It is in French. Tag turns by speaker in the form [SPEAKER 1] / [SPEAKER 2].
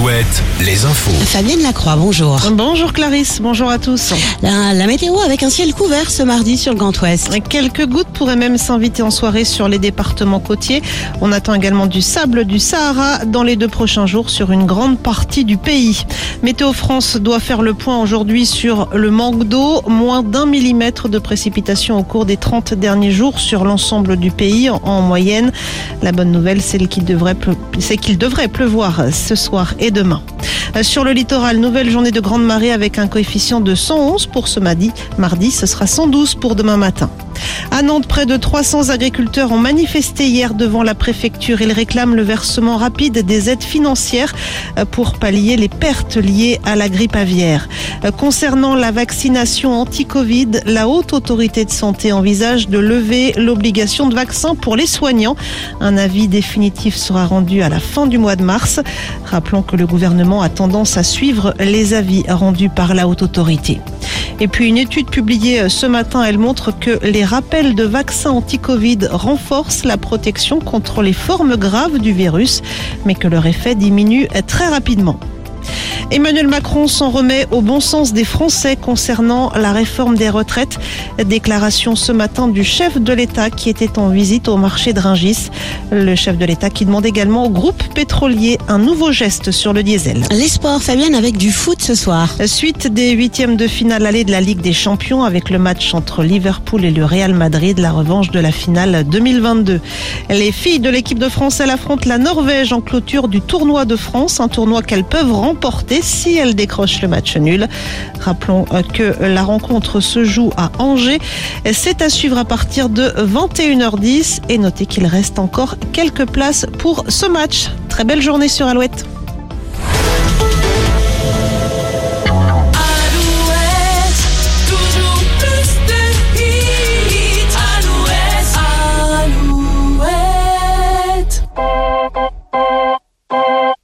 [SPEAKER 1] Alouette, les infos.
[SPEAKER 2] Fabienne Lacroix, bonjour.
[SPEAKER 3] Bonjour Clarisse, bonjour à tous.
[SPEAKER 2] La météo avec un ciel couvert ce mardi sur le Grand Ouest.
[SPEAKER 3] Quelques gouttes pourraient même s'inviter en soirée sur les départements côtiers. On attend également du sable du Sahara dans les 2 prochains jours sur une grande partie du pays. Météo France doit faire le point aujourd'hui sur le manque d'eau. Moins d'1 millimètre de précipitations au cours des 30 derniers jours sur l'ensemble du pays en moyenne. La bonne nouvelle, c'est qu'il devrait pleuvoir ce soir et demain. Sur le littoral, nouvelle journée de grande marée avec un coefficient de 111 pour ce mardi. Ce sera 112 pour demain matin. À Nantes, près de 300 agriculteurs ont manifesté hier devant la préfecture. Ils réclament le versement rapide des aides financières pour pallier les pertes liées à la grippe aviaire. Concernant la vaccination anti-Covid, la Haute Autorité de Santé envisage de lever l'obligation de vaccin pour les soignants. Un avis définitif sera rendu à la fin du mois de mars. Rappelons que le gouvernement a tendance à suivre les avis rendus par la Haute Autorité. Et puis une étude publiée ce matin, elle montre que les rappels de vaccins anti-Covid renforcent la protection contre les formes graves du virus, mais que leur effet diminue très rapidement. Emmanuel Macron s'en remet au bon sens des Français concernant la réforme des retraites. Déclaration ce matin du chef de l'État qui était en visite au marché de Rungis. Le chef de l'État qui demande également au groupe pétrolier un nouveau geste sur le diesel.
[SPEAKER 2] Les sports, Fabienne, avec du foot ce soir.
[SPEAKER 3] Suite des 8e de finale aller de la Ligue des Champions avec le match entre Liverpool et le Real Madrid, la revanche de la finale 2022. Les filles de l'équipe de France, elles affrontent la Norvège en clôture du tournoi de France, un tournoi qu'elles peuvent remporter si elles décrochent le match nul. Rappelons que la rencontre se joue à Angers. C'est à suivre à partir de 21h10 et notez qu'il reste encore quelques places pour ce match. Très belle journée sur Alouette.